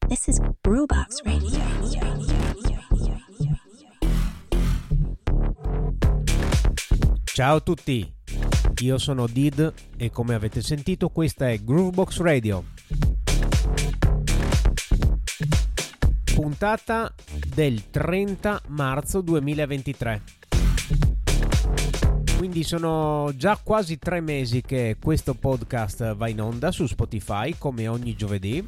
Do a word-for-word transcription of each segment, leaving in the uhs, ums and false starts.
This is Brewbox Radio. Ciao a tutti, io sono Did e come avete sentito questa è Groovebox Radio. Puntata del trenta marzo duemilaventitré. Quindi sono già quasi tre mesi che questo podcast va in onda su Spotify come ogni giovedì.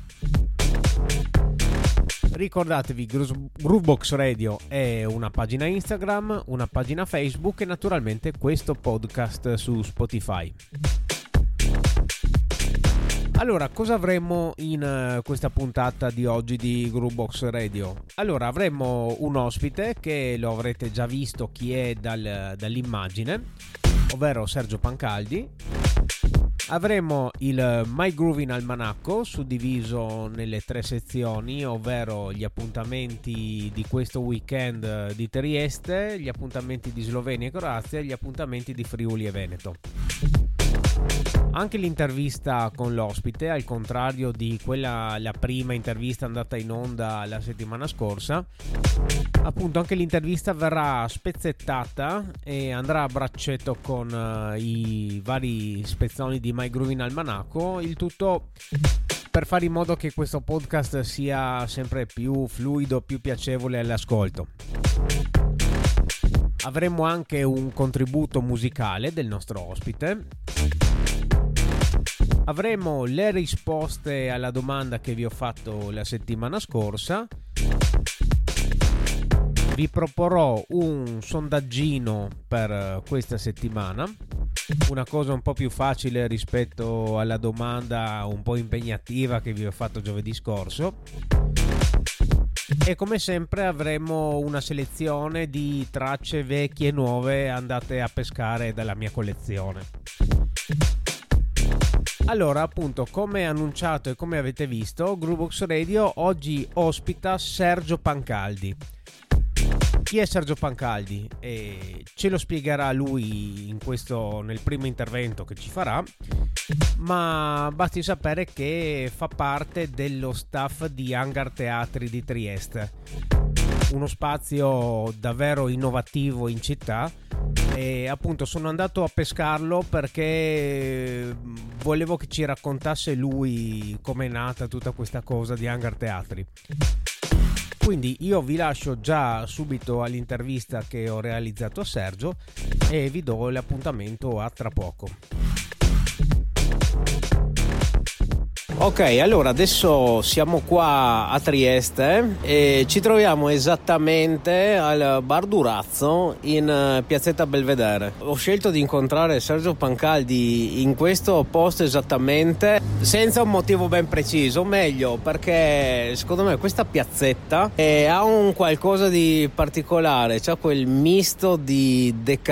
Ricordatevi, Groovebox Radio è una pagina Instagram, una pagina Facebook e naturalmente questo podcast su Spotify. Allora, cosa avremo in uh, questa puntata di oggi di Groovebox Radio? Allora, avremo un ospite che lo avrete già visto chi è dal, dall'immagine, ovvero Sergio Pancaldi. Avremo il My Groovin Almanacco suddiviso nelle tre sezioni, ovvero gli appuntamenti di questo weekend di Trieste, gli appuntamenti di Slovenia e Croazia e gli appuntamenti di Friuli e Veneto. Anche l'intervista con l'ospite, al contrario di quella, la prima intervista andata in onda la settimana scorsa, appunto anche l'intervista verrà spezzettata e andrà a braccetto con uh, i vari spezzoni di My Groovin Almanacco, il tutto per fare in modo che questo podcast sia sempre più fluido, più piacevole all'ascolto. Avremo anche un contributo musicale del nostro ospite. Avremo le risposte alla domanda che vi ho fatto la settimana scorsa. Vi proporrò un sondaggino per questa settimana, una cosa un po' più facile rispetto alla domanda un po' impegnativa che vi ho fatto giovedì scorso. E come sempre avremo una selezione di tracce vecchie e nuove andate a pescare dalla mia collezione. Allora, appunto, come annunciato e come avete visto, Groovebox Radio oggi ospita Sergio Pancaldi. Chi è Sergio Pancaldi? E ce lo spiegherà lui in questo, nel primo intervento che ci farà, ma basti sapere che fa parte dello staff di Hangar Teatri di Trieste, uno spazio davvero innovativo in città. E appunto sono andato a pescarlo perché volevo che ci raccontasse lui com'è nata tutta questa cosa di Hangar Teatri. Quindi io vi lascio già subito all'intervista che ho realizzato a Sergio e vi do l'appuntamento a tra poco. Ok, allora adesso siamo qua a Trieste e ci troviamo esattamente al Bar Durazzo in Piazzetta Belvedere. Ho scelto di incontrare Sergio Pancaldi in questo posto esattamente senza un motivo ben preciso, o meglio perché secondo me questa piazzetta è, ha un qualcosa di particolare, c'ha quel misto di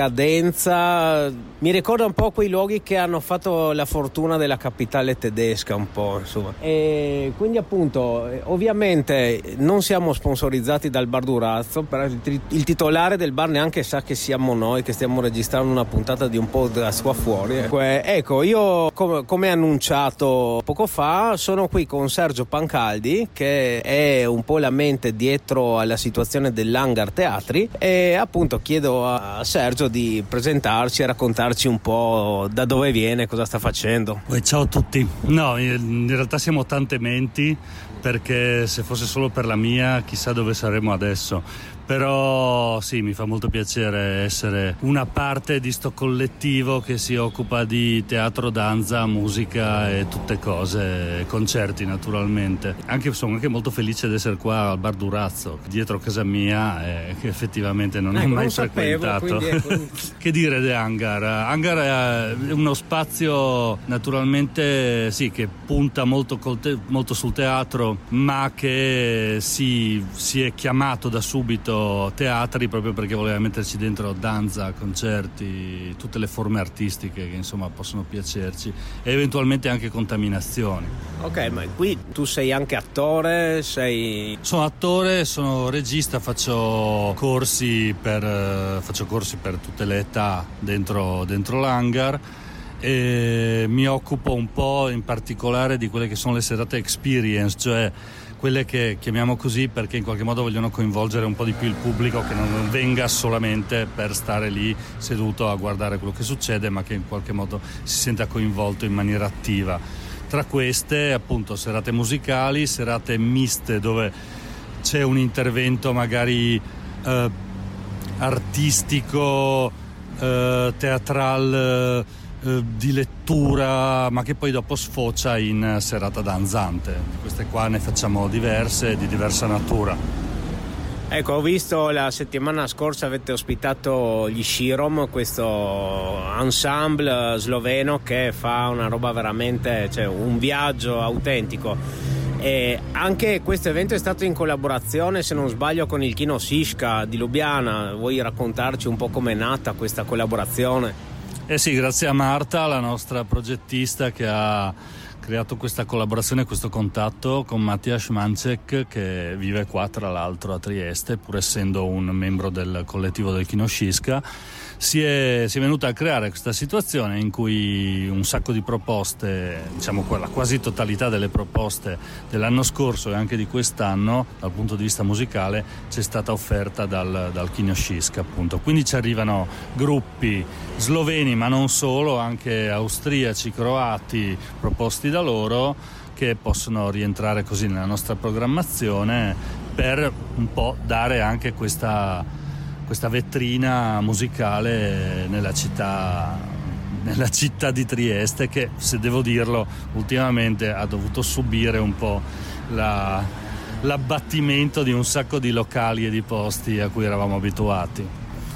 decadenza, mi ricorda un po' quei luoghi che hanno fatto la fortuna della capitale tedesca un po'. Insomma. E quindi appunto ovviamente non siamo sponsorizzati dal Bar Durazzo, però il titolare del bar neanche sa che siamo noi che stiamo registrando una puntata di un podcast qua fuori. Ecco, io com- come annunciato poco fa sono qui con Sergio Pancaldi, che è un po' la mente dietro alla situazione dell'Hangar Teatri, e appunto chiedo a Sergio di presentarci e raccontarci un po' da dove viene, cosa sta facendo. Ciao a tutti. No, in realtà siamo tante menti, perché se fosse solo per la mia chissà dove saremmo adesso. Però sì, mi fa molto piacere essere una parte di sto collettivo che si occupa di teatro, danza, musica e tutte cose, concerti naturalmente. Anche sono anche molto felice di essere qua al Bar Durazzo, dietro casa mia, eh, che effettivamente non ecco, ho mai non frequentato. Sapevo, ecco. Che dire di Hangar? Hangar è uno spazio naturalmente sì che punta molto, col te- molto sul teatro, ma che si, si è chiamato da subito teatri proprio perché voleva metterci dentro danza, concerti, tutte le forme artistiche che insomma possono piacerci e eventualmente anche contaminazioni. Ok, ma qui tu sei anche attore, sei... Sono attore, sono regista, faccio corsi per, faccio corsi per tutte le età dentro, dentro l'Hangar e mi occupo un po' in particolare di quelle che sono le serate experience, cioè quelle che chiamiamo così perché in qualche modo vogliono coinvolgere un po' di più il pubblico, che non venga solamente per stare lì seduto a guardare quello che succede, ma che in qualche modo si senta coinvolto in maniera attiva. Tra queste appunto serate musicali, serate miste dove c'è un intervento magari eh, artistico, eh, teatral, eh, di lettura, ma che poi dopo sfocia in serata danzante. Di queste qua ne facciamo diverse, di diversa natura. Ecco, ho visto la settimana scorsa avete ospitato gli Shirom, questo ensemble sloveno che fa una roba veramente, cioè un viaggio autentico. E anche questo evento è stato in collaborazione, se non sbaglio, con il Kino Šiška di Lubiana. Vuoi raccontarci un po' com'è nata questa collaborazione? Eh sì, grazie a Marta, la nostra progettista, che ha creato questa collaborazione, questo contatto con Mattias Mancek, che vive qua tra l'altro a Trieste, pur essendo un membro del collettivo del Kino Šiška. Si è, si è venuta a creare questa situazione in cui un sacco di proposte, diciamo la quasi totalità delle proposte dell'anno scorso e anche di quest'anno dal punto di vista musicale ci è stata offerta dal, dal Kino Šiška, appunto. Quindi ci arrivano gruppi sloveni, ma non solo, anche austriaci, croati, proposti da loro, che possono rientrare così nella nostra programmazione per un po' dare anche questa questa vetrina musicale nella città, nella città di Trieste, che, se devo dirlo, ultimamente ha dovuto subire un po' la, l'abbattimento di un sacco di locali e di posti a cui eravamo abituati.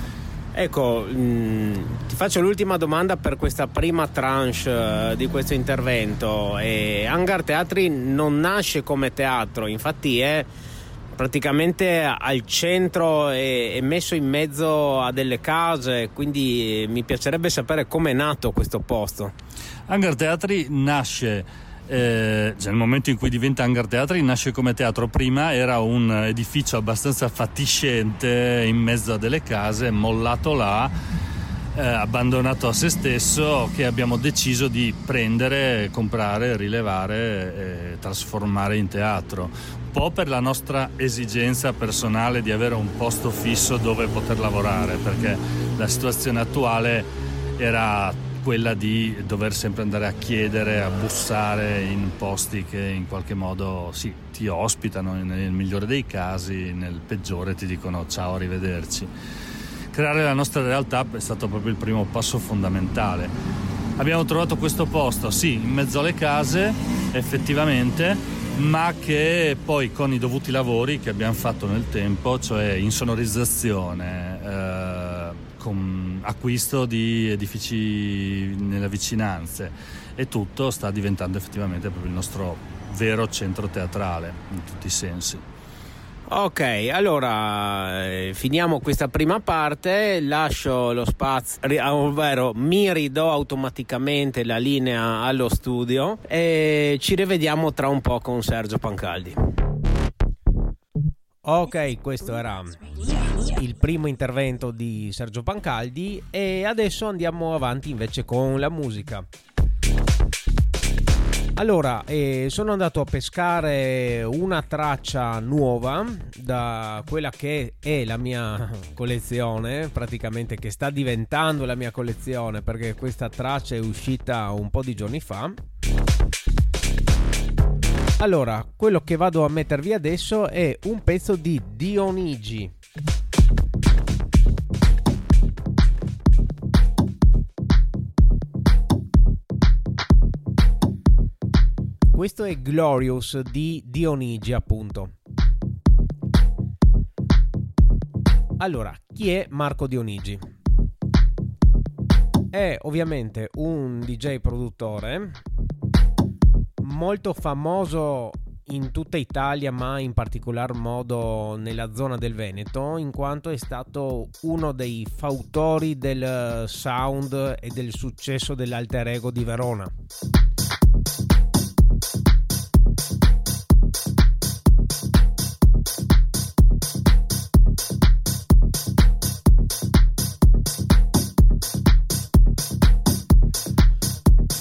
Ecco, mh, ti faccio l'ultima domanda per questa prima tranche uh, di questo intervento. E Hangar Teatri non nasce come teatro, infatti è praticamente al centro e messo in mezzo a delle case, quindi mi piacerebbe sapere come è nato questo posto. Hangar Teatri nasce, eh, cioè nel momento in cui diventa Hangar Teatri, nasce come teatro. Prima era un edificio abbastanza fatiscente in mezzo a delle case, mollato là, eh, abbandonato a se stesso, che abbiamo deciso di prendere, comprare, rilevare e trasformare in teatro. Un po' per la nostra esigenza personale di avere un posto fisso dove poter lavorare, perché la situazione attuale era quella di dover sempre andare a chiedere, a bussare in posti che in qualche modo sì, ti ospitano nel migliore dei casi, nel peggiore ti dicono ciao, arrivederci. Creare la nostra realtà è stato proprio il primo passo fondamentale. Abbiamo trovato questo posto, sì, in mezzo alle case, effettivamente, ma che poi con i dovuti lavori che abbiamo fatto nel tempo, cioè insonorizzazione, eh, con acquisto di edifici nelle vicinanze e tutto, sta diventando effettivamente proprio il nostro vero centro teatrale in tutti i sensi. Ok, allora eh, finiamo questa prima parte, lascio lo spazio, ovvero mi ridò automaticamente la linea allo studio e ci rivediamo tra un po' con Sergio Pancaldi. Ok, questo era il primo intervento di Sergio Pancaldi e adesso andiamo avanti invece con la musica. Allora, eh, sono andato a pescare una traccia nuova da quella che è la mia collezione, praticamente che sta diventando la mia collezione, perché questa traccia è uscita un po' di giorni fa. Allora, quello che vado a mettervi adesso è un pezzo di Dionigi. Questo è Glorious di Dionigi, appunto. Allora, chi è Marco Dionigi? È ovviamente un D J produttore molto famoso in tutta Italia, ma in particolar modo nella zona del Veneto, in quanto è stato uno dei fautori del sound e del successo dell'alter ego di Verona.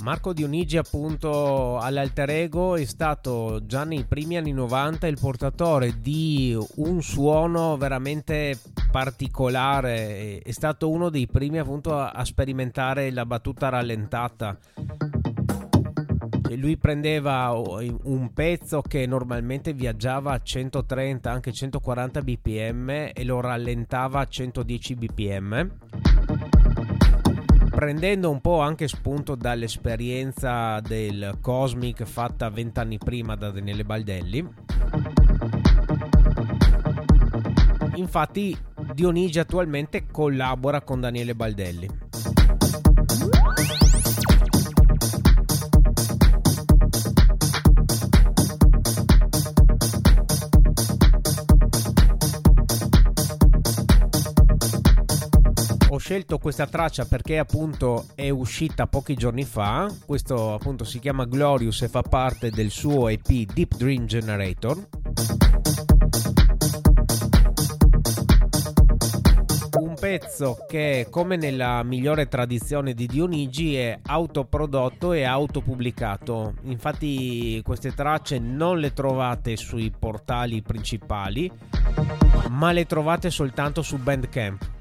Marco Dionigi, appunto, all'alter ego è stato già nei primi anni novanta il portatore di un suono veramente particolare, è stato uno dei primi appunto a, a sperimentare la battuta rallentata. Lui prendeva un pezzo che normalmente viaggiava a centotrenta, anche centoquaranta bpm e lo rallentava a centodieci bpm, prendendo un po' anche spunto dall'esperienza del Cosmic fatta vent'anni prima da Daniele Baldelli. Infatti Dionigi attualmente collabora con Daniele Baldelli. Ho scelto questa traccia perché appunto è uscita pochi giorni fa. Questo appunto si chiama Glorious e fa parte del suo E P Deep Dream Generator. Un pezzo che, come nella migliore tradizione di Dionigi, è autoprodotto e autopubblicato. Infatti queste tracce non le trovate sui portali principali, ma le trovate soltanto su Bandcamp.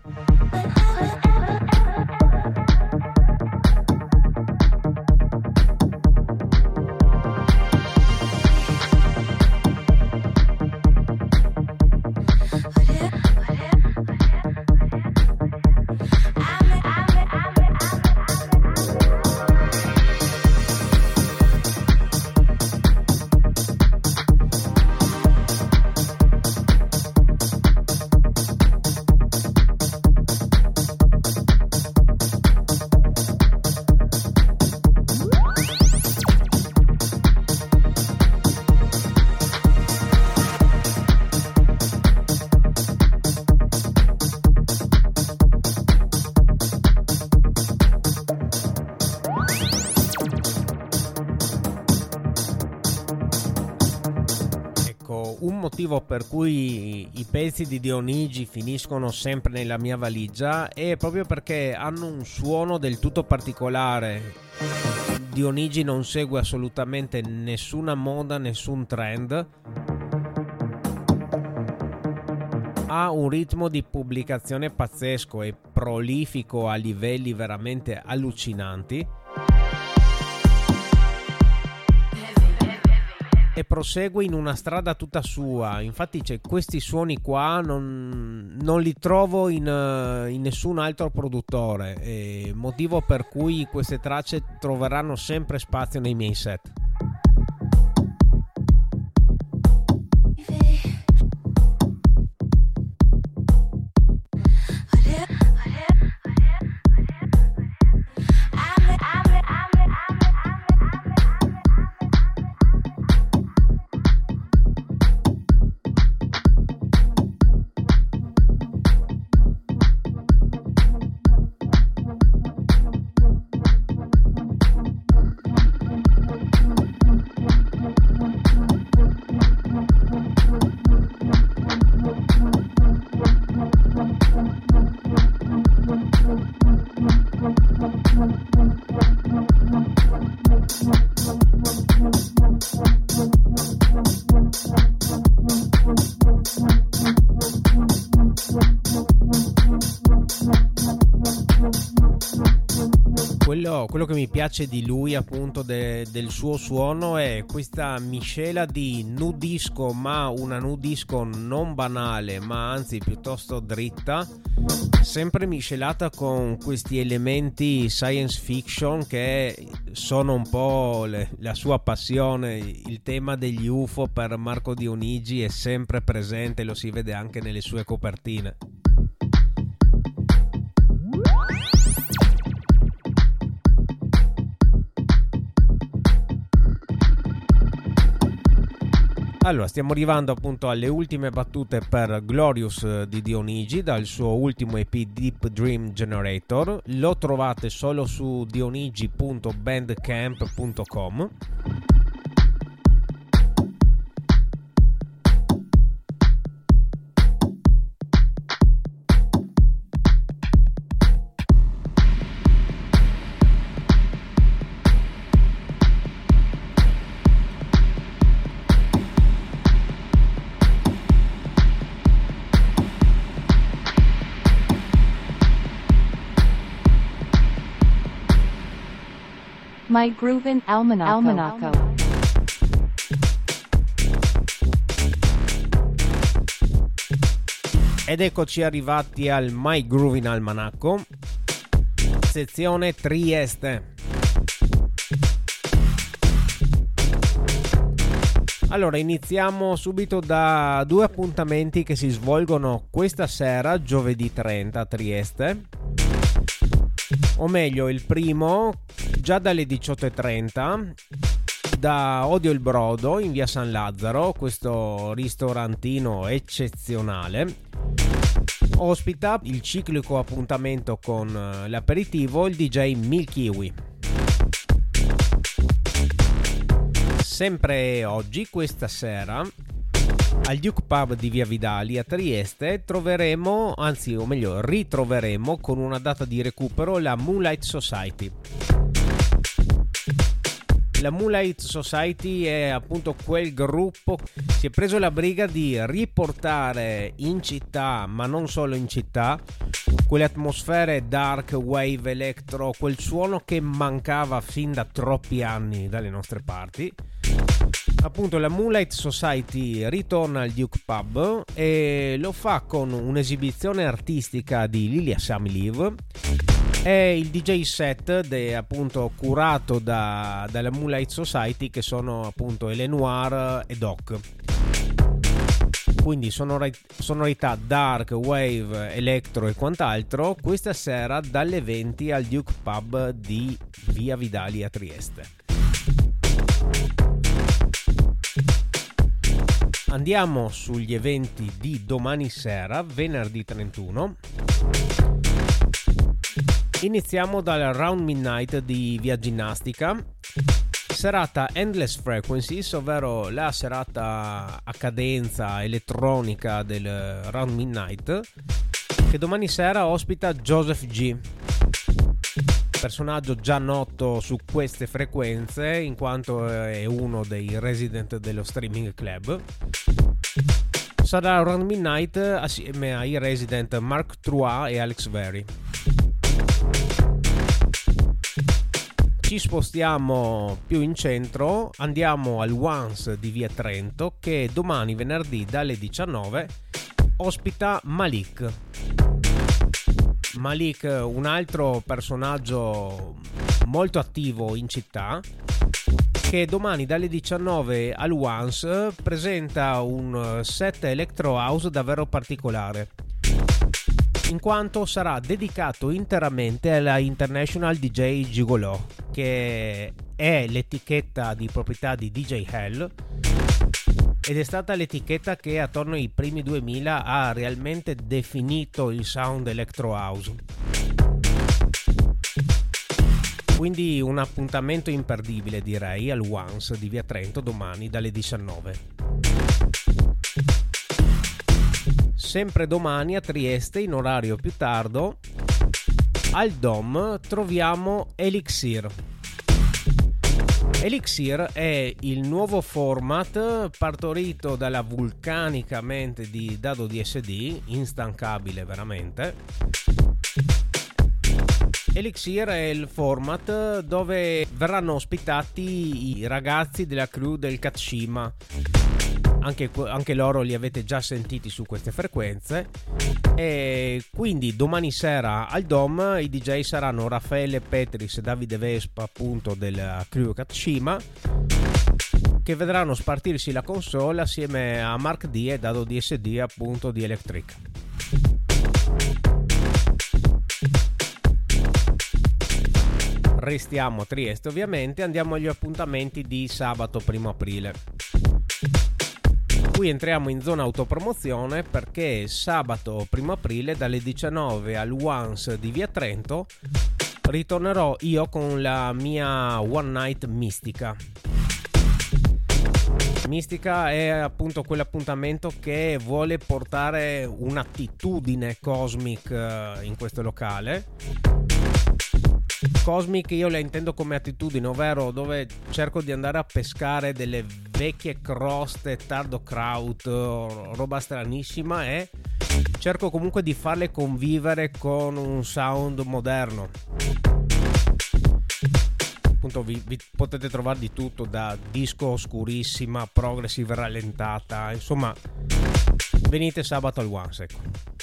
Motivo per cui i pezzi di Dionigi finiscono sempre nella mia valigia è proprio perché hanno un suono del tutto particolare. Dionigi non segue assolutamente nessuna moda, nessun trend. Ha un ritmo di pubblicazione pazzesco e prolifico a livelli veramente allucinanti. E prosegue in una strada tutta sua. Infatti c'è questi suoni qua non, non li trovo in, in nessun altro produttore, e motivo per cui queste tracce troveranno sempre spazio nei miei set. Quello, quello che mi piace di lui, appunto, de, del suo suono, è questa miscela di nu disco, ma una nu disco non banale, ma anzi piuttosto dritta, sempre miscelata con questi elementi science fiction che sono un po' le, la sua passione. Il tema degli U F O per Marco Dionigi è sempre presente, lo si vede anche nelle sue copertine. Allora, stiamo arrivando appunto alle ultime battute per Glorious di Dionigi dal suo ultimo E P Deep Dream Generator. Lo trovate solo su dionigi punto bandcamp punto com. My Groovin' Almanacco. Almanacco. Ed eccoci arrivati al My Groovin' Almanacco, sezione Trieste. Allora, iniziamo subito da due appuntamenti che si svolgono questa sera, giovedì trenta a Trieste. O meglio, il primo già dalle diciotto e trenta da Odio il Brodo in via San Lazzaro, questo ristorantino eccezionale. Ospita il ciclico appuntamento con l'aperitivo il D J Milkiwi. Sempre oggi, questa sera, al Duke Pub di via Vidali a Trieste troveremo, anzi o meglio ritroveremo con una data di recupero, la Moonlight Society. La Moonlight Society è appunto quel gruppo che si è preso la briga di riportare in città, ma non solo in città, quelle atmosfere dark, wave, electro, quel suono che mancava fin da troppi anni dalle nostre parti. Appunto, la Moonlight Society ritorna al Duke Pub e lo fa con un'esibizione artistica di Lilia Samiliv. È il D J set de, appunto curato da, dalla Moonlight Society, che sono appunto Elenoir e Doc. Quindi sonorità dark, wave, electro e quant'altro questa sera dalle venti al Duke Pub di via Vidali a Trieste. Andiamo sugli eventi di domani sera, venerdì trentuno. Iniziamo dal Round Midnight di via Ginnastica, serata Endless Frequencies, ovvero la serata a cadenza elettronica del Round Midnight, che domani sera ospita Joseph G, personaggio già noto su queste frequenze in quanto è uno dei resident dello Streaming Club. Sarà Round Midnight assieme ai resident Mark Trois e Alex Very. Ci spostiamo più in centro, andiamo al Once di via Trento, che domani venerdì dalle diciannove ospita Malik. Malik, un altro personaggio molto attivo in città, che domani dalle diciannove al Once presenta un set electro house davvero particolare, in quanto sarà dedicato interamente alla International D J Gigolo, che è l'etichetta di proprietà di D J Hell, ed è stata l'etichetta che attorno ai primi duemila ha realmente definito il sound electro house. Quindi un appuntamento imperdibile, direi, al Once di via Trento domani dalle diciannove. Sempre domani a Trieste, in orario più tardo, al Dom troviamo Elixir. Elixir è il nuovo format partorito dalla vulcanica mente di Dado D S D, instancabile veramente. Elixir è il format dove verranno ospitati i ragazzi della crew del Katshima. Anche, anche loro li avete già sentiti su queste frequenze. E quindi domani sera al Dom i D J saranno Raffaele Petris e Davide Vespa, appunto della crew Katshima, che vedranno spartirsi la console assieme a Mark D e Dado D S D, appunto di Electric. Restiamo a Trieste ovviamente, andiamo agli appuntamenti di sabato primo aprile. Qui entriamo in zona autopromozione perché sabato primo aprile dalle diciannove al Once di via Trento ritornerò io con la mia One Night Mistica. Mistica è appunto quell'appuntamento che vuole portare un'attitudine cosmic in questo locale. Cosmic io la intendo come attitudine, ovvero dove cerco di andare a pescare delle vecchie croste, tardo kraut, roba stranissima, e cerco comunque di farle convivere con un sound moderno. appunto vi, vi potete trovare di tutto, da disco oscurissima, progressive rallentata, insomma venite sabato al Once, ecco.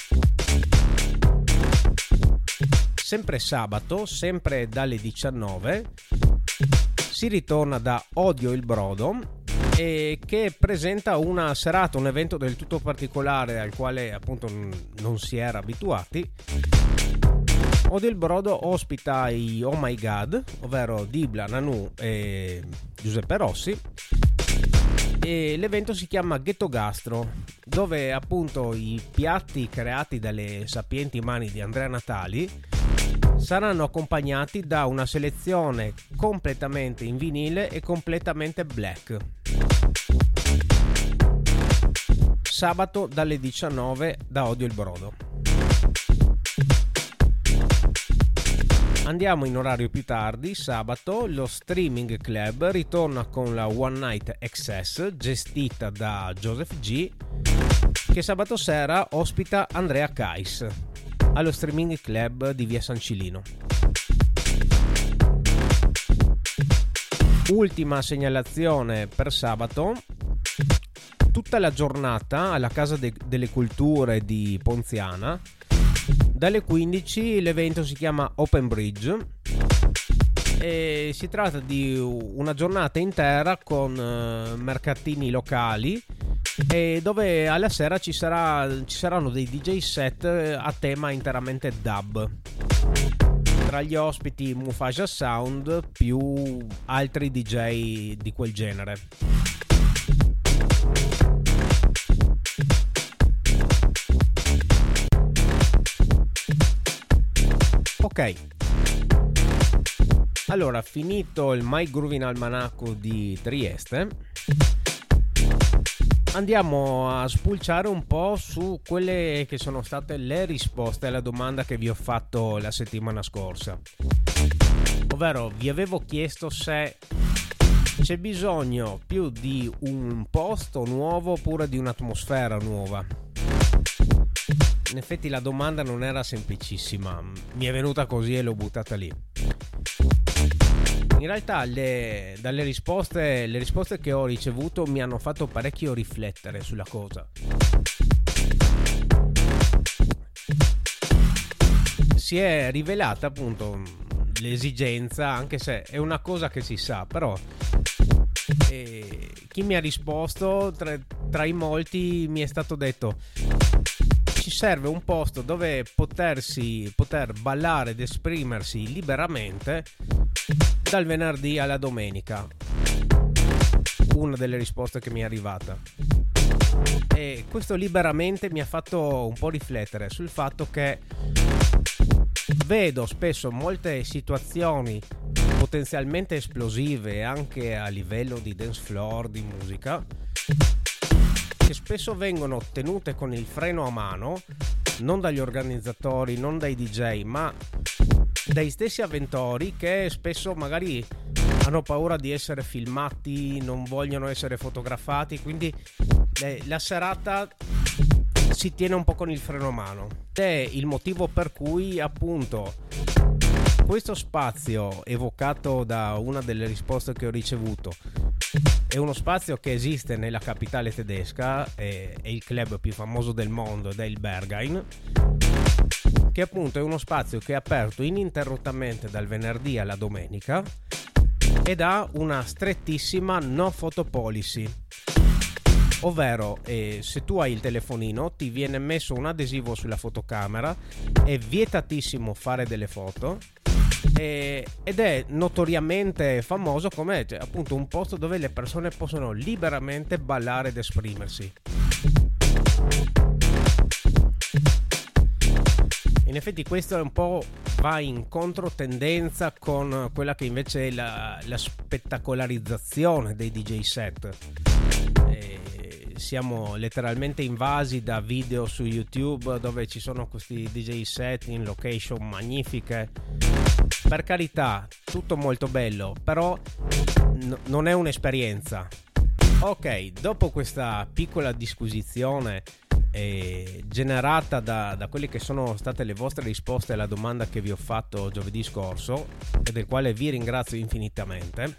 Sempre sabato, sempre dalle diciannove, si ritorna da Odio il Brodo, e che presenta una serata, un evento del tutto particolare al quale appunto non si era abituati. Odio il Brodo ospita i Oh My God, ovvero Dibla, Nanu e Giuseppe Rossi, e l'evento si chiama Ghetto Gastro, dove appunto i piatti creati dalle sapienti mani di Andrea Natali saranno accompagnati da una selezione completamente in vinile e completamente black. Sabato dalle diciannove da Odio il Brodo. Andiamo in orario più tardi. Sabato lo Streaming Club ritorna con la One Night Excess gestita da Joseph G, che sabato sera ospita Andrea Kais allo Streaming Club di via San Cilino. Ultima segnalazione per sabato: tutta la giornata alla Casa de- delle Culture di Ponziana. Dalle quindici l'evento si chiama Open Bridge e si tratta di una giornata intera con uh, mercatini locali, e dove alla sera ci, sarà, ci saranno dei D J set a tema interamente dub. Tra gli ospiti Mufasa Sound più altri D J di quel genere. Ok, allora, finito il My Groovin' Almanacco di Trieste, andiamo a spulciare un po' su quelle che sono state le risposte alla domanda che vi ho fatto la settimana scorsa. Ovvero, vi avevo chiesto se c'è bisogno più di un posto nuovo oppure di un'atmosfera nuova. In effetti la domanda non era semplicissima, mi è venuta così e l'ho buttata lì. In realtà le, dalle risposte, le risposte che ho ricevuto mi hanno fatto parecchio riflettere sulla cosa. Si è rivelata appunto l'esigenza, anche se è una cosa che si sa, però eh, chi mi ha risposto, tra, tra i molti mi è stato detto: ci serve un posto dove potersi poter ballare ed esprimersi liberamente dal venerdì alla domenica. Una delle risposte che mi è arrivata, e questo liberamente mi ha fatto un po' riflettere sul fatto che vedo spesso molte situazioni potenzialmente esplosive anche a livello di dance floor, di musica, che spesso vengono tenute con il freno a mano, non dagli organizzatori, non dai D J, ma dai stessi avventori, che spesso magari hanno paura di essere filmati, non vogliono essere fotografati, quindi eh, la serata si tiene un po' con il freno a mano. Ed è il motivo per cui appunto questo spazio evocato da una delle risposte che ho ricevuto è uno spazio che esiste nella capitale tedesca, è, è il club più famoso del mondo ed è il Berghain, che appunto è uno spazio che è aperto ininterrottamente dal venerdì alla domenica ed ha una strettissima no photo policy, ovvero eh, se tu hai il telefonino ti viene messo un adesivo sulla fotocamera, è vietatissimo fare delle foto, eh, ed è notoriamente famoso come cioè, appunto un posto dove le persone possono liberamente ballare ed esprimersi. In effetti questo è un po' va in controtendenza con quella che invece è la, la spettacolarizzazione dei D J set. E siamo letteralmente invasi da video su YouTube dove ci sono questi D J set in location magnifiche. Per carità, tutto molto bello, però n- non è un'esperienza. Ok, dopo questa piccola disquisizione è generata da, da quelle che sono state le vostre risposte alla domanda che vi ho fatto giovedì scorso e del quale vi ringrazio infinitamente.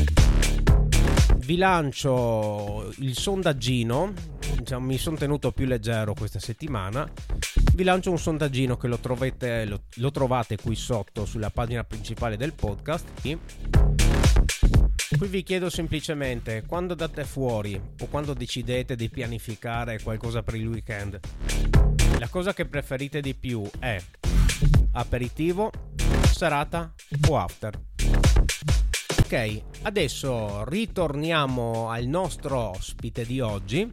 Vi lancio il sondaggino, diciamo, mi sono tenuto più leggero questa settimana. Vi lancio un sondaggino che lo trovate, lo, lo trovate qui sotto sulla pagina principale del podcast. Qui vi chiedo semplicemente, quando andate fuori o quando decidete di pianificare qualcosa per il weekend, la cosa che preferite di più è aperitivo, serata o after? Ok, adesso ritorniamo al nostro ospite di oggi,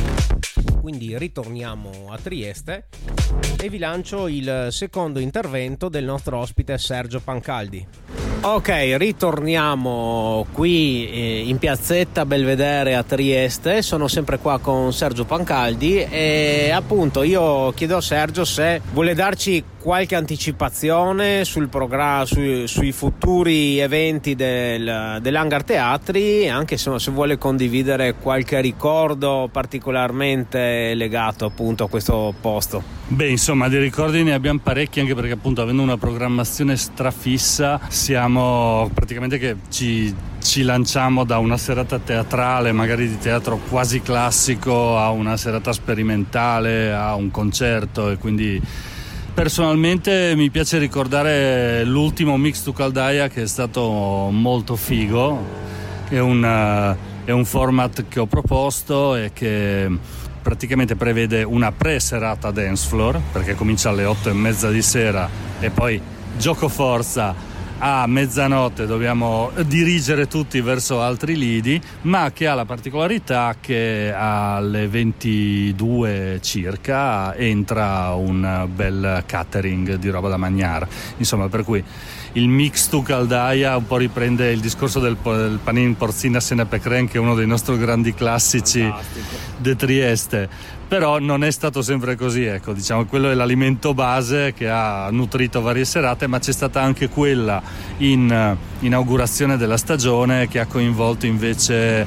quindi ritorniamo a Trieste e vi lancio il secondo intervento del nostro ospite Sergio Pancaldi. Ok, ritorniamo qui in piazzetta Belvedere a Trieste. Sono sempre qua con Sergio Pancaldi e appunto io chiedo a Sergio se vuole darci qualche anticipazione sul programma, sui, sui futuri eventi del, dell'Hangar Teatri, anche se, se vuole condividere qualche ricordo particolarmente legato appunto a questo posto. Beh, insomma, di ricordi ne abbiamo parecchi, anche perché appunto avendo una programmazione strafissa siamo praticamente che ci, ci lanciamo da una serata teatrale, magari di teatro quasi classico, a una serata sperimentale, a un concerto, e quindi personalmente mi piace ricordare l'ultimo Mix to Caldaia, che è stato molto figo. È un, è un format che ho proposto e che praticamente prevede una pre-serata dance floor, perché comincia alle otto e mezza di sera e poi gioco forza a mezzanotte, dobbiamo dirigere tutti verso altri lidi, ma che ha la particolarità che alle ventidue circa entra un bel catering di roba da mangiare, insomma, per cui il Mix to Caldaia un po' riprende il discorso del, del panin porcina senepecren, che è uno dei nostri grandi classici di Trieste, però non è stato sempre così, ecco, diciamo quello è l'alimento base che ha nutrito varie serate, ma c'è stata anche quella in inaugurazione della stagione che ha coinvolto invece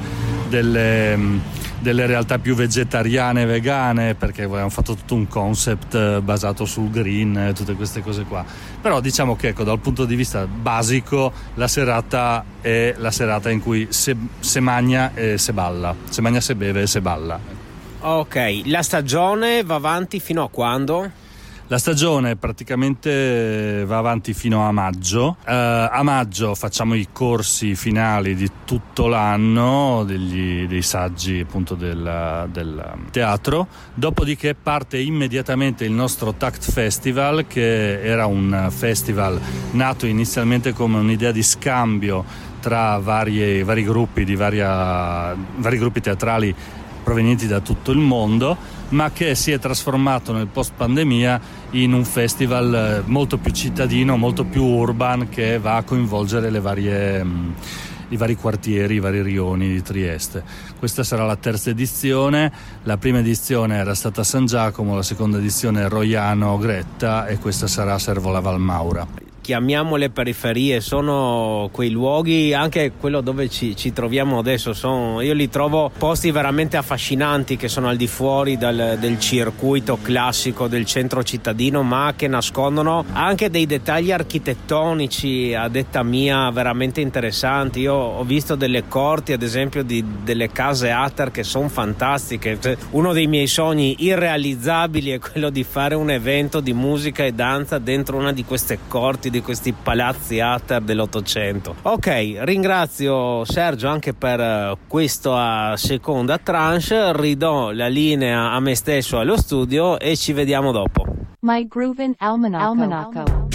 delle delle realtà più vegetariane e vegane, perché avevamo fatto tutto un concept basato sul green, tutte queste cose qua. Però diciamo che, ecco, dal punto di vista basico la serata è la serata in cui se, se magna e se balla, se magna, se beve e se balla. Ok, la stagione va avanti fino a quando? La stagione praticamente va avanti fino a maggio. Uh, a maggio facciamo i corsi finali di tutto l'anno, degli, dei saggi appunto del, del teatro. Dopodiché parte immediatamente il nostro Tact Festival, che era un festival nato inizialmente come un'idea di scambio tra varie, vari gruppi di varia, vari gruppi teatrali provenienti da tutto il mondo, ma che si è trasformato nel post pandemia in un festival molto più cittadino, molto più urban, che va a coinvolgere le varie, i vari quartieri, i vari rioni di Trieste. Questa sarà la terza edizione. La prima edizione era stata a San Giacomo, la seconda edizione è Roiano Gretta e questa sarà a Servola Valmaura. Chiamiamole periferie, sono quei luoghi, anche quello dove ci, ci troviamo adesso, sono, io li trovo posti veramente affascinanti, che sono al di fuori dal, del circuito classico del centro cittadino, ma che nascondono anche dei dettagli architettonici a detta mia veramente interessanti. Io ho visto delle corti, ad esempio, di delle case Ater che sono fantastiche. Uno dei miei sogni irrealizzabili è quello di fare un evento di musica e danza dentro una di queste corti, di questi palazzi Ater dell'Ottocento. Ok, ringrazio Sergio anche per questa seconda tranche, ridò la linea a me stesso allo studio e ci vediamo dopo. My Groovin' Almanacco. Almanacco.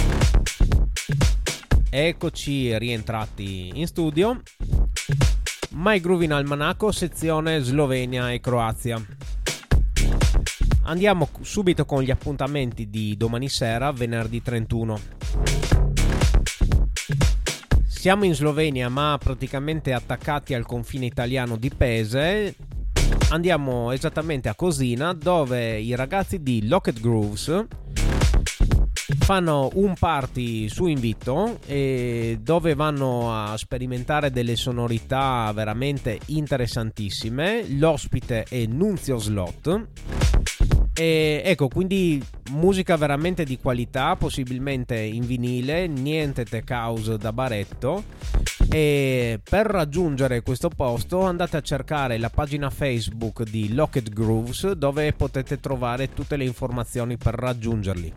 Eccoci rientrati in studio. My Groovin' Almanacco, sezione Slovenia e Croazia. Andiamo subito con gli appuntamenti di domani sera, venerdì trentuno. Siamo in Slovenia, ma praticamente attaccati al confine italiano di Pese. Andiamo esattamente a Cosina, dove i ragazzi di Locket Grooves fanno un party su invito e dove vanno a sperimentare delle sonorità veramente interessantissime. L'ospite è Nunzio Slot E ecco, quindi musica veramente di qualità, possibilmente in vinile, niente tech house da baretto. E per raggiungere questo posto andate a cercare la pagina Facebook di Locked Grooves, dove potete trovare tutte le informazioni per raggiungerli.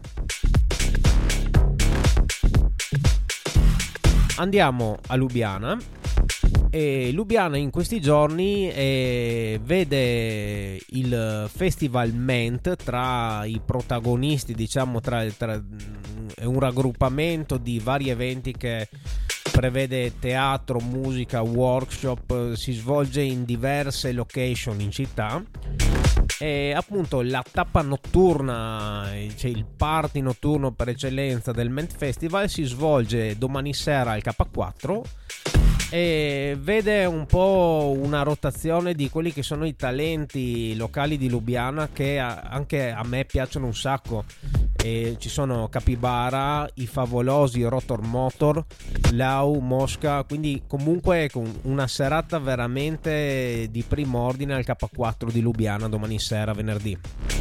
Andiamo a Lubiana. E Lubiana in questi giorni eh, vede il Festival Ment tra i protagonisti, diciamo, tra, tra è un raggruppamento di vari eventi che prevede teatro, musica, workshop, si svolge in diverse location in città. E appunto la tappa notturna, cioè il party notturno per eccellenza del Ment Festival, si svolge domani sera al K quattro e vede un po' una rotazione di quelli che sono i talenti locali di Lubiana, che anche a me piacciono un sacco. E ci sono Capibara, i Favolosi, Rotor Motor, Lau, Mosca, quindi comunque con una serata veramente di prim'ordine al K quattro di Lubiana domani sera, venerdì.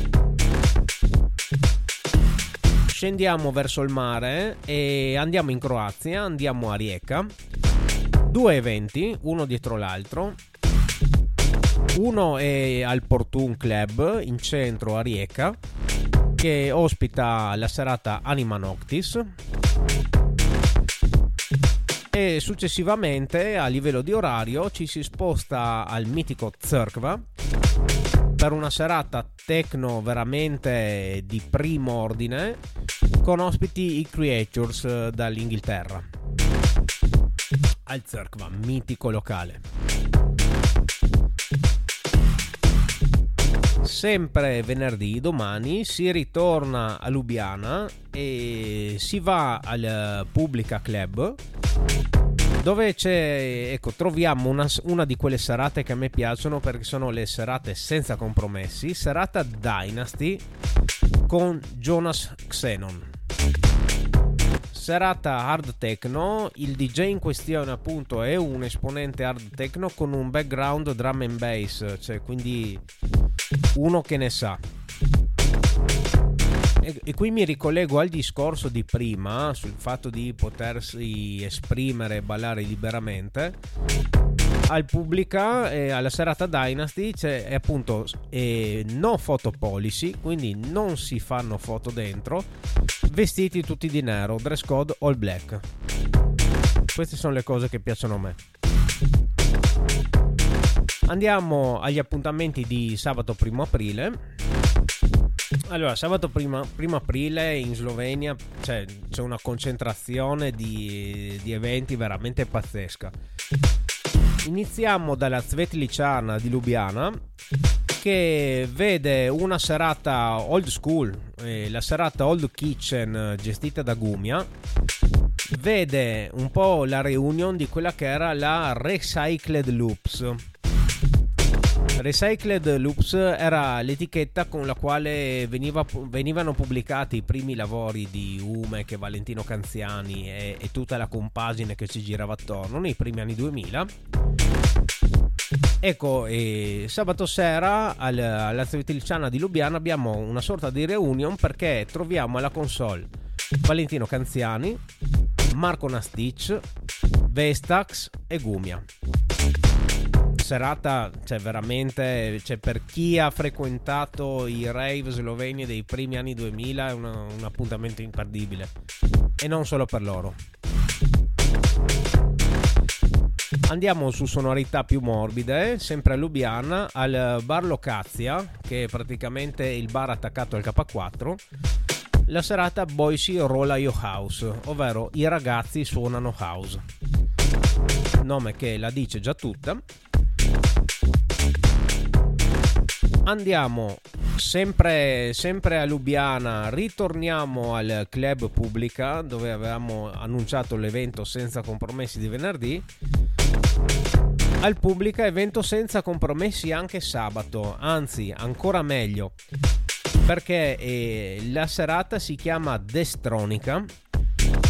Scendiamo verso il mare e andiamo in Croazia, andiamo a Rijeka. Due eventi, uno dietro l'altro. Uno è al Portun Club in centro a Rijeka, che ospita la serata Anima Noctis, e successivamente a livello di orario ci si sposta al mitico Cerkva per una serata techno veramente di primo ordine, con ospiti i Creatures dall'Inghilterra. Al Cerkva, mitico locale. Sempre venerdì, domani, si ritorna a Lubiana e si va al Publica Club, dove c'è, ecco, troviamo una, una di quelle serate che a me piacciono, perché sono le serate senza compromessi. Serata Dynasty con Jonas Xenon. Serata hard techno, il D J in questione appunto è un esponente hard techno con un background drum and bass, cioè quindi uno che ne sa. E, e qui mi ricollego al discorso di prima sul fatto di potersi esprimere e ballare liberamente. Al Publica, eh, alla serata Dynasty c'è è appunto eh, no photo policy, quindi non si fanno foto dentro, vestiti tutti di nero, dress code all black. Queste sono le cose che piacciono a me. Andiamo agli appuntamenti di sabato primo aprile. Allora, sabato primo, primo aprile in Slovenia c'è, c'è una concentrazione di, di eventi veramente pazzesca. Iniziamo dalla Svetliciana di Lubiana, che vede una serata old school, eh, la serata Old Kitchen gestita da Gumia. Vede un po' la reunion di quella che era la Recycled Loops. Recycled Loops era l'etichetta con la quale veniva, venivano pubblicati i primi lavori di Umek e Valentino Canziani e, e tutta la compagine che ci girava attorno nei primi anni duemila. Ecco, e sabato sera al, alla Svetliciana di Lubiana abbiamo una sorta di reunion, perché troviamo alla console Valentino Canziani, Marco Nastic, Vestax e Gumia. Serata, cioè veramente, cioè per chi ha frequentato i rave sloveni dei primi anni duemila è una, un appuntamento imperdibile, e non solo per loro. Andiamo su sonorità più morbide, sempre a Lubiana, al bar Locazia, che è praticamente il bar attaccato al K quattro. La serata Boise Rolla Yo House, ovvero i ragazzi suonano house, nome che la dice già tutta. Andiamo sempre, sempre a Lubiana, ritorniamo al Club Publica, dove avevamo annunciato l'evento senza compromessi di venerdì. Al Publica, evento senza compromessi anche sabato, anzi ancora meglio, perché eh, la serata si chiama Destronica,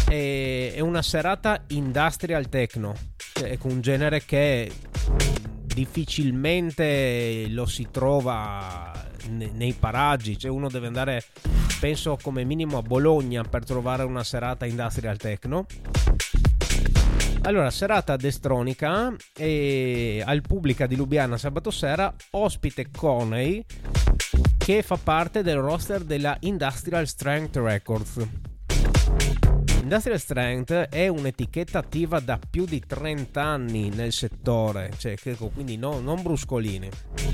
e è una serata industrial techno, cioè, con un genere che difficilmente lo si trova nei paraggi, cioè uno deve andare, penso, come minimo a Bologna per trovare una serata industrial techno. Allora, serata destronica e al Pubblica di Lubiana sabato sera, ospite Coney, che fa parte del roster della Industrial Strength Records. Industrial Strength è un'etichetta attiva da più di trenta anni nel settore, cioè, quindi no, non bruscolini.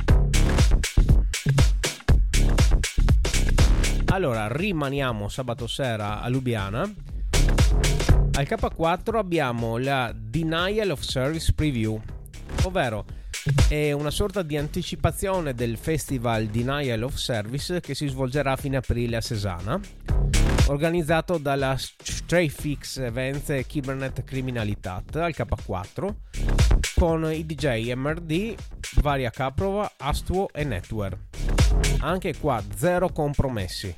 Allora, rimaniamo sabato sera a Lubiana. Al K quattro abbiamo la Denial of Service Preview, ovvero è una sorta di anticipazione del festival Denial of Service che si svolgerà a fine aprile a Cesana, organizzato dalla Strayfix Events e Cybernet Criminalitat al K quattro, con i D J M R D, Varia Caprova, Astuo e Network. Anche qua zero compromessi.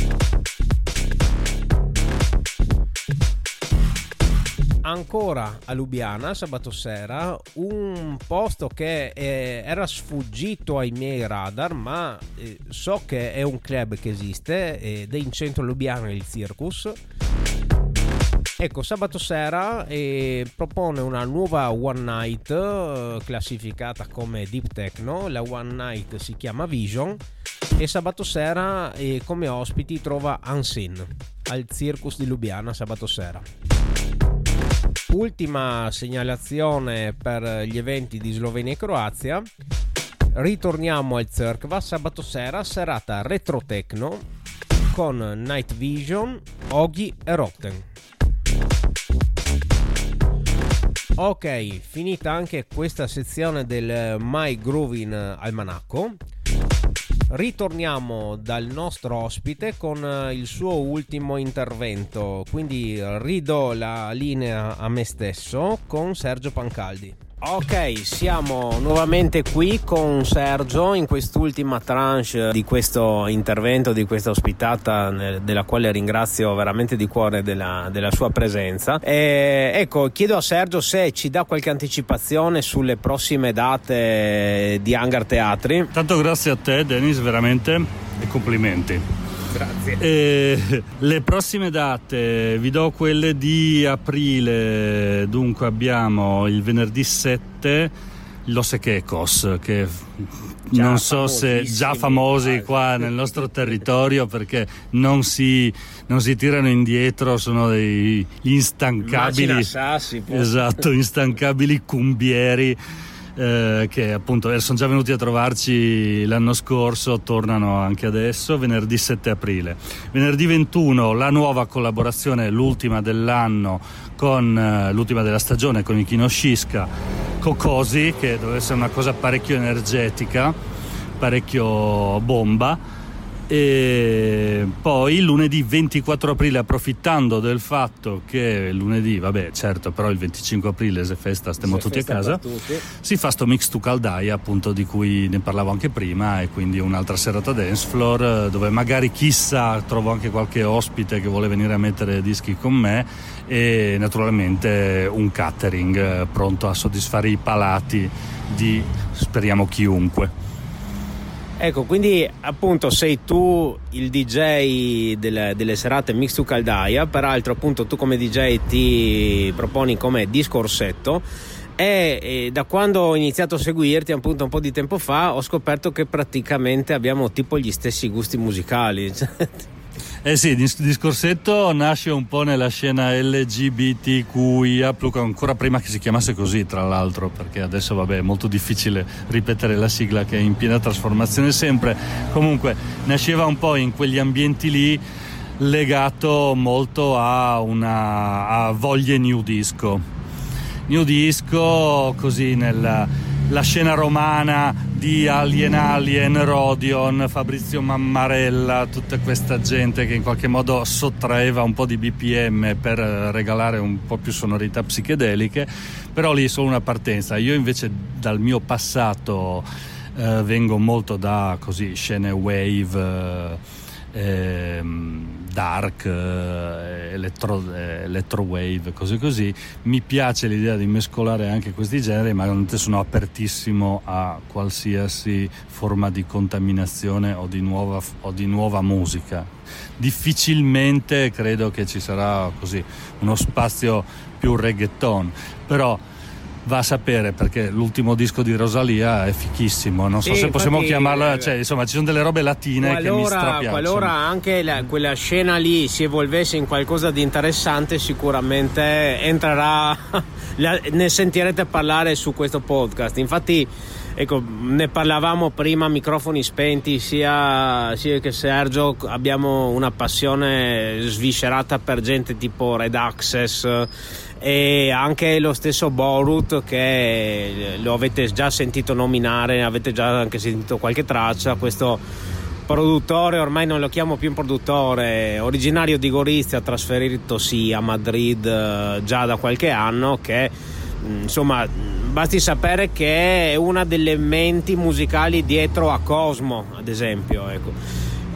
Ancora a Lubiana sabato sera, un posto che eh, era sfuggito ai miei radar, ma eh, so che è un club che esiste ed è in centro a Lubiana, il Circus. Ecco, sabato sera eh, propone una nuova One Night eh, classificata come Deep Techno. La One Night si chiama Vision e sabato sera eh, come ospiti trova Unseen al Circus di Lubiana sabato sera. Ultima segnalazione per gli eventi di Slovenia e Croazia. Ritorniamo al Cerkva sabato sera, serata retro techno con Night Vision, Oghi e Rotten. Ok, finita anche questa sezione del My Groovin Almanacco. Ritorniamo dal nostro ospite con il suo ultimo intervento, quindi ridò la linea a me stesso con Sergio Pancaldi. Ok, siamo nuovamente qui con Sergio in quest'ultima tranche di questo intervento, di questa ospitata, della quale ringrazio veramente di cuore della, della sua presenza. E, ecco, chiedo a Sergio se ci dà qualche anticipazione sulle prossime date di Hangar Teatri. Tanto grazie a te, Denis, veramente, e complimenti. Grazie. E le prossime date vi do quelle di aprile. Dunque abbiamo il venerdì sette Los Equecos, che già non so se già famosi qua nel nostro territorio, perché non si, non si tirano indietro, sono dei instancabili, sassi, esatto, instancabili cumbieri. Eh, che appunto sono già venuti a trovarci l'anno scorso, tornano anche adesso. Venerdì sette aprile. Venerdì ventuno la nuova collaborazione, l'ultima dell'anno, con eh, l'ultima della stagione, con i Kinoshiska, Kokosi, che deve essere una cosa parecchio energetica, parecchio bomba. E poi lunedì ventiquattro aprile, approfittando del fatto che lunedì, vabbè certo, però il venticinque aprile se festa stiamo tutti a casa, tutti. Si fa sto Mix to Caldaia, appunto, di cui ne parlavo anche prima, e quindi un'altra serata dance floor dove magari, chissà, trovo anche qualche ospite che vuole venire a mettere dischi con me, e naturalmente un catering pronto a soddisfare i palati di, speriamo, chiunque. Ecco, quindi appunto sei tu il D J delle, delle serate Mix to Caldaia. Peraltro appunto tu come D J ti proponi come discorsetto e, e da quando ho iniziato a seguirti appunto un po' di tempo fa ho scoperto che praticamente abbiamo tipo gli stessi gusti musicali. Eh sì, Discorsetto nasce un po' nella scena L G B T Q I A plus, ancora prima che si chiamasse così, tra l'altro, perché adesso vabbè è molto difficile ripetere la sigla che è in piena trasformazione sempre. Comunque nasceva un po' in quegli ambienti lì, legato molto a una a voglie new disco. New disco, così nella la scena romana di Alien Alien, Rodion, Fabrizio Mammarella, tutta questa gente che in qualche modo sottraeva un po' di B P M per regalare un po' più sonorità psichedeliche, però lì solo una partenza. Io invece dal mio passato eh, vengo molto da così scene wave, ehm, dark, eh, electro, eh, electro wave, cose così. Mi piace l'idea di mescolare anche questi generi, ma sono apertissimo a qualsiasi forma di contaminazione o di nuova, o di nuova musica. Difficilmente credo che ci sarà così uno spazio più reggaeton, però va a sapere, perché l'ultimo disco di Rosalia è fichissimo, non so sì, se possiamo infatti, chiamarla, cioè insomma ci sono delle robe latine qualora, che mi strapiacciono. Qualora anche la, quella scena lì si evolvesse in qualcosa di interessante, sicuramente entrerà ne sentirete parlare su questo podcast. Infatti, ecco, ne parlavamo prima a microfoni spenti, sia, sia che Sergio, abbiamo una passione sviscerata per gente tipo Red Access e anche lo stesso Borut, che lo avete già sentito nominare, avete già anche sentito qualche traccia. Questo produttore, ormai non lo chiamo più un produttore, originario di Gorizia, trasferitosi a Madrid eh, già da qualche anno, che insomma basti sapere che è una delle menti musicali dietro a Cosmo, ad esempio, ecco.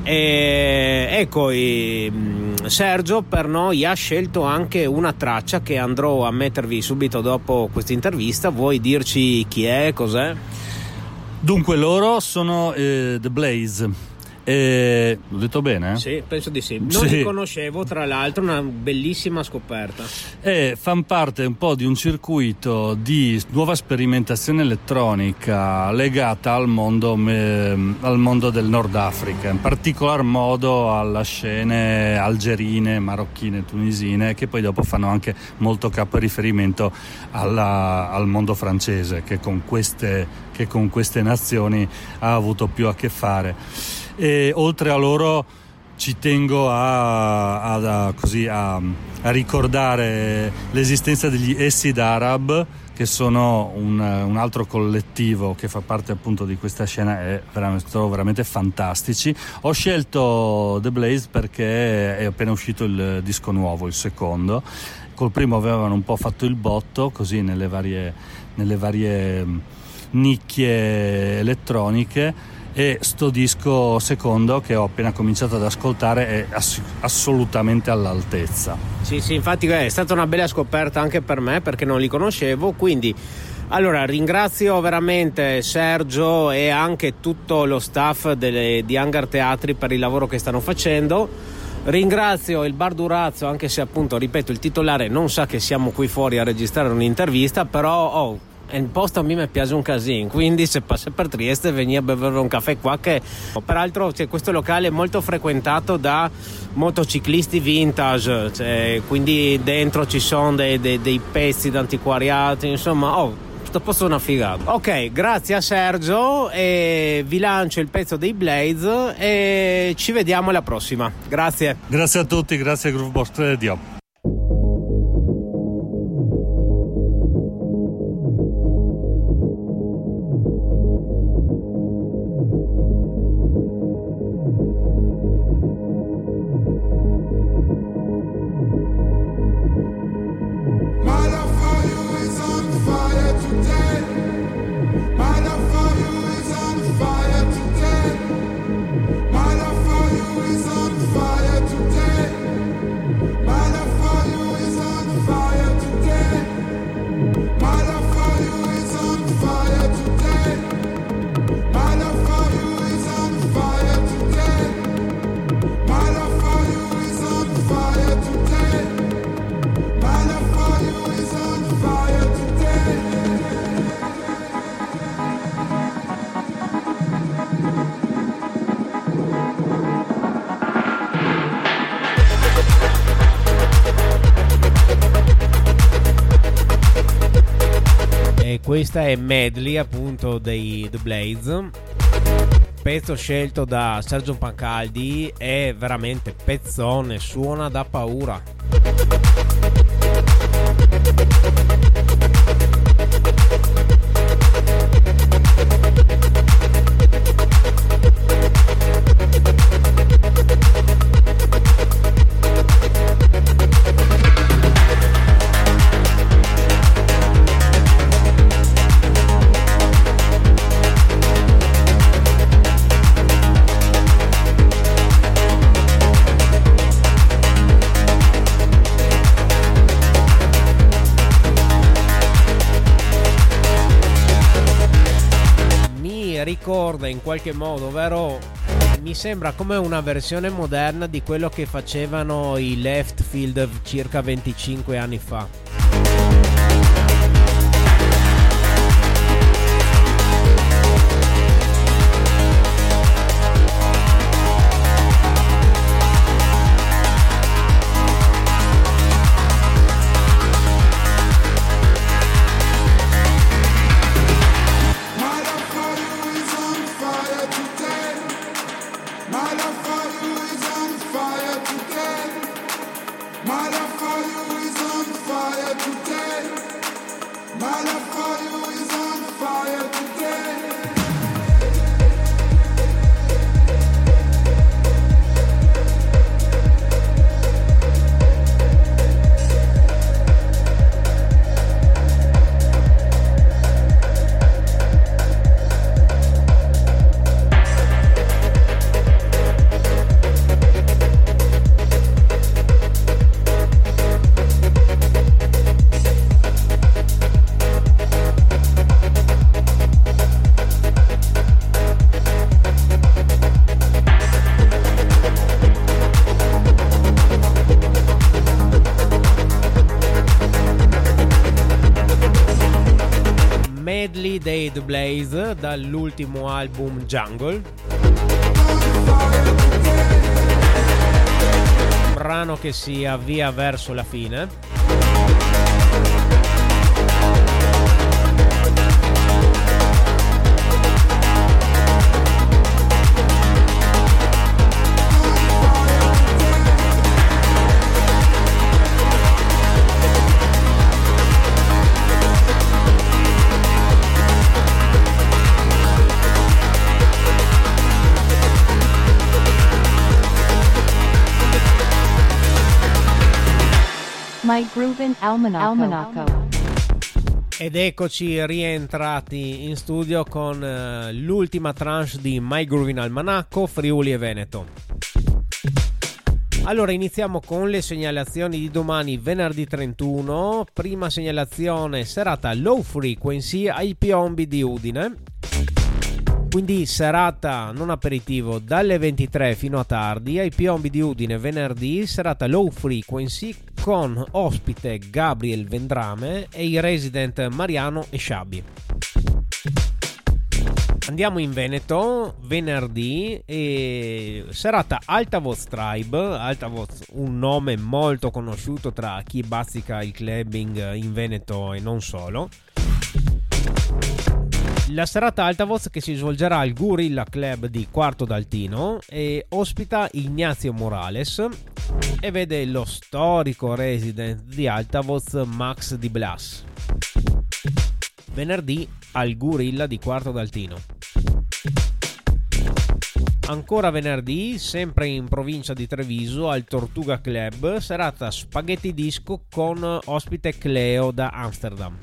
E ecco, e Sergio per noi ha scelto anche una traccia che andrò a mettervi subito dopo questa intervista. Vuoi dirci chi è, cos'è? Dunque, loro sono eh, The Blaze. Eh, l'ho detto bene? Sì, penso di sì. Non sì. li conoscevo, tra l'altro, una bellissima scoperta. E fanno parte un po' di un circuito di nuova sperimentazione elettronica legata al mondo, eh, al mondo del Nord Africa, in particolar modo alla scene algerine, marocchine, tunisine, che poi dopo fanno anche molto capo riferimento alla, al mondo francese, che con queste, che con queste nazioni ha avuto più a che fare. E oltre a loro ci tengo a, a, a, così, a, a ricordare l'esistenza degli Acid Arab, che sono un, un altro collettivo che fa parte appunto di questa scena e veramente, trovo veramente fantastici. Ho scelto The Blaze perché è appena uscito il disco nuovo, il secondo. Col primo avevano un po' fatto il botto così nelle varie, nelle varie nicchie elettroniche, e sto disco secondo che ho appena cominciato ad ascoltare è ass- assolutamente all'altezza. Sì, sì, infatti è stata una bella scoperta anche per me, perché non li conoscevo. Quindi allora ringrazio veramente Sergio e anche tutto lo staff delle, di Hangar Teatri per il lavoro che stanno facendo. Ringrazio il Bar Durazzo, anche se appunto, ripeto, il titolare non sa che siamo qui fuori a registrare un'intervista, però oh, il posto a me mi piace un casino, quindi se passa per Trieste veni a bere un caffè qua, che peraltro c'è questo locale molto frequentato da motociclisti vintage, cioè, quindi dentro ci sono dei, dei, dei pezzi d'antiquariato, insomma, oh, questo posto è una figata. Ok, grazie a Sergio, e vi lancio il pezzo dei Blaze e ci vediamo alla prossima. Grazie. Grazie a tutti, grazie a Groovebox Radio. Questa è medley appunto dei The Blaze, pezzo scelto da Sergio Pancaldi, è veramente pezzone, suona da paura. ricorda in qualche modo, ovvero mi sembra come una versione moderna di quello che facevano i Left Field circa venticinque anni fa. Dei The Blaze dall'ultimo album Jungle, brano che si avvia verso la fine. My Groovin' Almanacco. Ed eccoci rientrati in studio con uh, l'ultima tranche di My Groovin' Almanacco, Friuli e Veneto. Allora iniziamo con le segnalazioni di domani, venerdì trentuno. Prima segnalazione, serata Low Frequency ai Piombi di Udine. Quindi serata non aperitivo dalle ventitré fino a tardi ai Piombi di Udine venerdì, serata Low Frequency con ospite Gabriel Vendrame e i resident Mariano e Sciabi. Andiamo in Veneto venerdì e serata Altavoz Tribe. Altavoz, un nome molto conosciuto tra chi bazzica il clubbing in Veneto e non solo. La serata Altavoz che si svolgerà al Gorilla Club di Quarto d'Altino e ospita Ignazio Morales e vede lo storico resident di Altavoz Max Di Blas. Venerdì al Gorilla di Quarto d'Altino. Ancora venerdì, sempre in provincia di Treviso, al Tortuga Club, serata Spaghetti Disco con ospite Cleo da Amsterdam.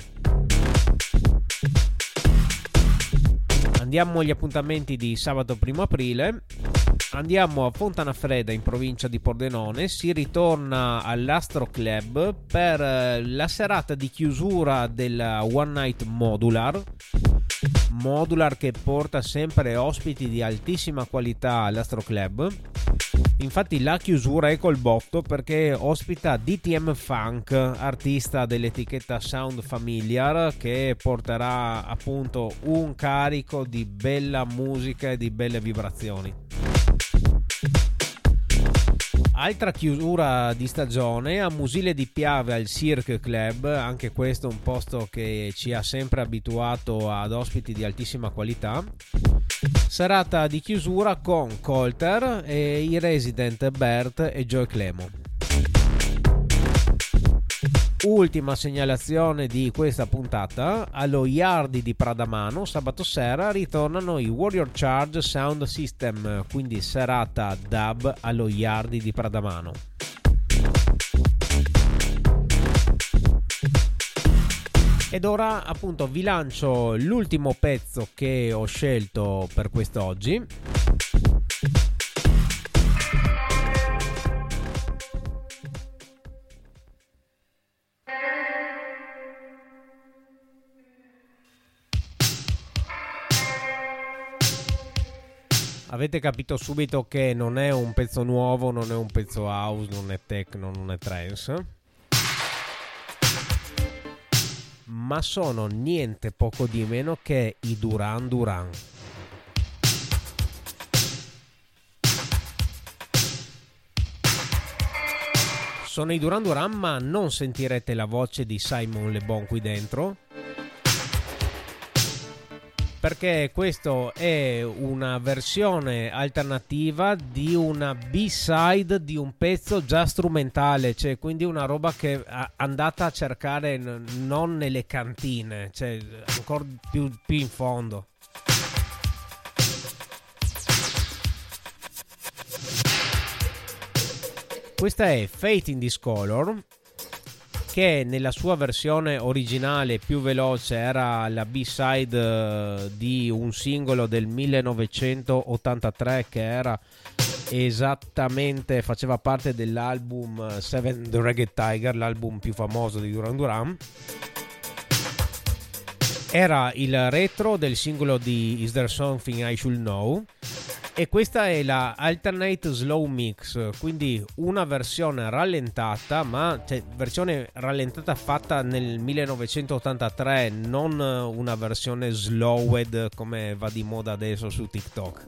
Andiamo agli appuntamenti di sabato primo aprile. Andiamo a Fontana Fredda in provincia di Pordenone. Si ritorna all'Astro Club per la serata di chiusura della One Night Modular. Modular che porta sempre ospiti di altissima qualità all'Astro Club. Infatti la chiusura è col botto perché ospita D T M Funk, artista dell'etichetta Sound Familiar, che porterà appunto un carico di bella musica e di belle vibrazioni. Altra chiusura di stagione a Musile di Piave al Cirque Club, anche questo un posto che ci ha sempre abituato ad ospiti di altissima qualità. Serata di chiusura con Colter e i resident Bert e Joe Clemo. Ultima segnalazione di questa puntata, allo Yardi di Pradamano sabato sera ritornano i Warrior Charge Sound System, quindi serata dub allo Yardi di Pradamano. Ed ora appunto vi lancio l'ultimo pezzo che ho scelto per quest'oggi. avete capito subito che non è un pezzo nuovo, non è un pezzo house, non è techno, non è trance, ma sono niente poco di meno che i Duran Duran. Sono i Duran Duran, ma non sentirete la voce di Simon Le Bon qui dentro, perché questo è una versione alternativa di una B-side di un pezzo già strumentale, cioè quindi una roba che è andata a cercare non nelle cantine, cioè ancora più, più in fondo. Questa è Fate in Discolor, che nella sua versione originale più veloce era la B-side di un singolo del millenovecentottantatré che era esattamente, faceva parte dell'album Seven the Reggae Tiger, l'album più famoso di Duran Duran. Era il retro del singolo di Is There Something I Should Know, e questa è la Alternate Slow Mix, quindi una versione rallentata, ma cioè, versione rallentata fatta nel millenovecentottantatré, non una versione slowed come va di moda adesso su TikTok.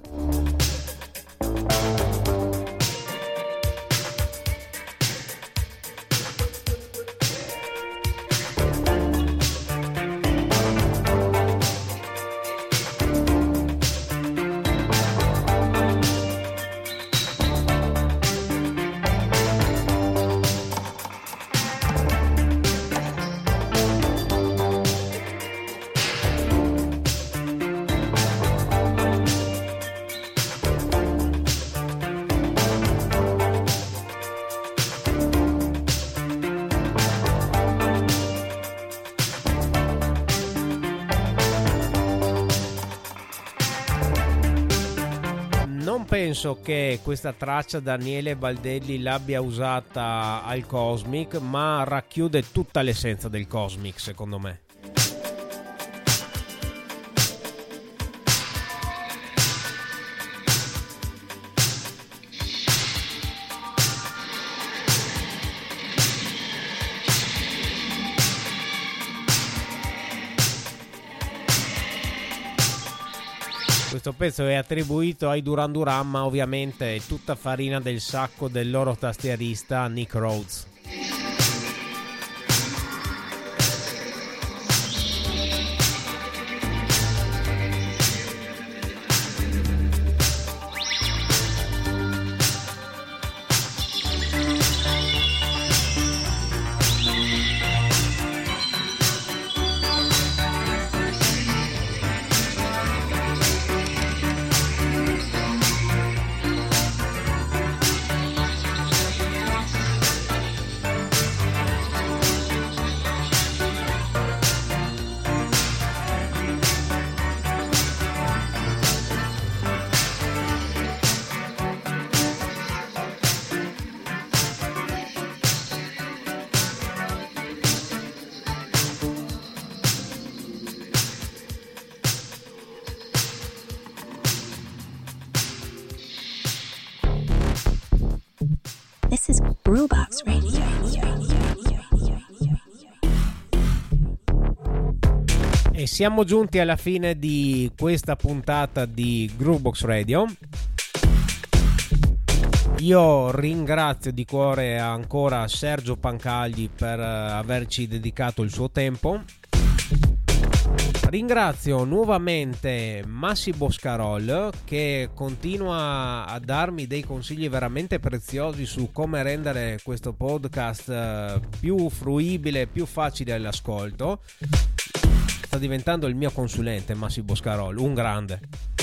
Penso che questa traccia Daniele Baldelli l'abbia usata al Cosmic, ma racchiude tutta l'essenza del Cosmic, secondo me. Questo pezzo è attribuito ai Duran Duran, ma ovviamente è tutta farina del sacco del loro tastierista Nick Rhodes. This is Brewbox Radio. E siamo giunti alla fine di questa puntata di Groovebox Radio. Io ringrazio di cuore ancora Sergio Pancagli per averci dedicato il suo tempo. Ringrazio nuovamente Massi Boscarol, che continua a darmi dei consigli veramente preziosi su come rendere questo podcast più fruibile, più facile all'ascolto. Sta diventando il mio consulente Massi Boscarol, un grande.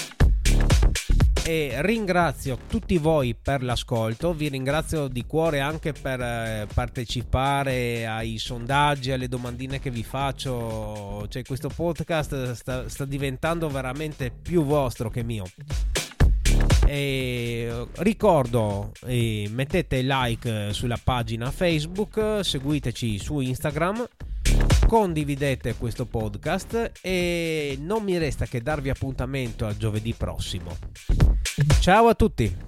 E ringrazio tutti voi per l'ascolto, vi ringrazio di cuore anche per eh, partecipare ai sondaggi, alle domandine che vi faccio. Cioè, questo podcast sta, sta diventando veramente più vostro che mio. E ricordo, eh, mettete like sulla pagina Facebook, seguiteci su Instagram, condividete questo podcast e non mi resta che darvi appuntamento a giovedì prossimo. Ciao a tutti.